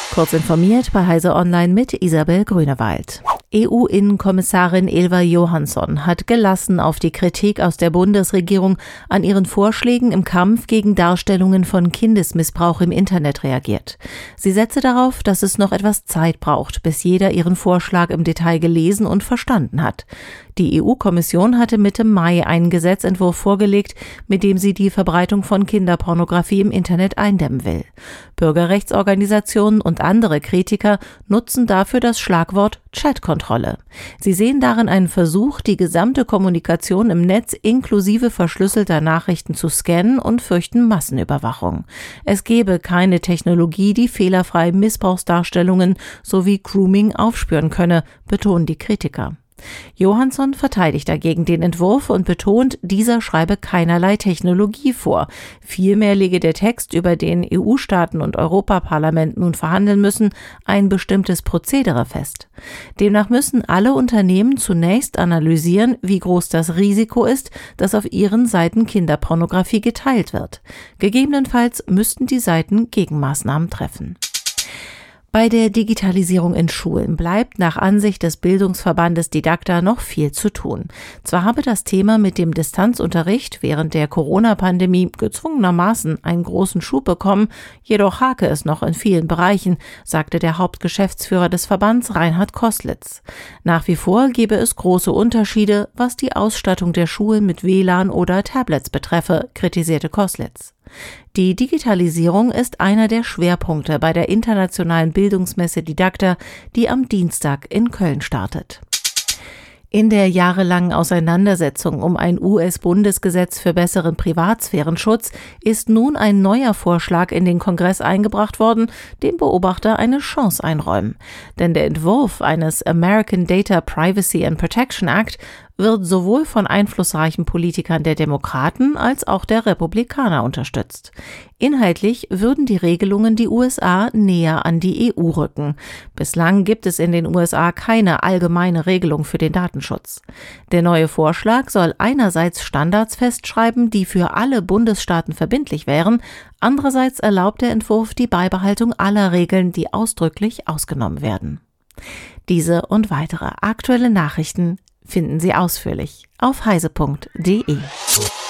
Kurz informiert bei Heise Online mit Isabel Grünewald. EU-Innenkommissarin Ylva Johansson hat gelassen auf die Kritik aus der Bundesregierung an ihren Vorschlägen im Kampf gegen Darstellungen von Kindesmissbrauch im Internet reagiert. Sie setze darauf, dass es noch etwas Zeit braucht, bis jeder ihren Vorschlag im Detail gelesen und verstanden hat. Die EU-Kommission hatte Mitte Mai einen Gesetzentwurf vorgelegt, mit dem sie die Verbreitung von Kinderpornografie im Internet eindämmen will. Bürgerrechtsorganisationen und andere Kritiker nutzen dafür das Schlagwort Chatkontrolle. Sie sehen darin einen Versuch, die gesamte Kommunikation im Netz inklusive verschlüsselter Nachrichten zu scannen und fürchten Massenüberwachung. Es gebe keine Technologie, die fehlerfrei Missbrauchsdarstellungen sowie Grooming aufspüren könne, betonen die Kritiker. Johansson verteidigt dagegen den Entwurf und betont, dieser schreibe keinerlei Technologie vor. Vielmehr lege der Text, über den EU-Staaten und Europaparlament nun verhandeln müssen, ein bestimmtes Prozedere fest. Demnach müssen alle Unternehmen zunächst analysieren, wie groß das Risiko ist, dass auf ihren Seiten Kinderpornografie geteilt wird. Gegebenenfalls müssten die Seiten Gegenmaßnahmen treffen. Bei der Digitalisierung in Schulen bleibt nach Ansicht des Bildungsverbandes Didakta noch viel zu tun. Zwar habe das Thema mit dem Distanzunterricht während der Corona-Pandemie gezwungenermaßen einen großen Schub bekommen, jedoch hake es noch in vielen Bereichen, sagte der Hauptgeschäftsführer des Verbands Reinhard Koslitz. Nach wie vor gebe es große Unterschiede, was die Ausstattung der Schulen mit WLAN oder Tablets betreffe, kritisierte Koslitz. Die Digitalisierung ist einer der Schwerpunkte bei der internationalen Bildungsmesse Didakta, die am Dienstag in Köln startet. In der jahrelangen Auseinandersetzung um ein US-Bundesgesetz für besseren Privatsphärenschutz ist nun ein neuer Vorschlag in den Kongress eingebracht worden, dem Beobachter eine Chance einräumen. Denn der Entwurf eines American Data Privacy and Protection Act wird sowohl von einflussreichen Politikern der Demokraten als auch der Republikaner unterstützt. Inhaltlich würden die Regelungen die USA näher an die EU rücken. Bislang gibt es in den USA keine allgemeine Regelung für den Datenschutz. Der neue Vorschlag soll einerseits Standards festschreiben, die für alle Bundesstaaten verbindlich wären, andererseits erlaubt der Entwurf die Beibehaltung aller Regeln, die ausdrücklich ausgenommen werden. Diese und weitere aktuelle Nachrichten finden Sie ausführlich auf heise.de.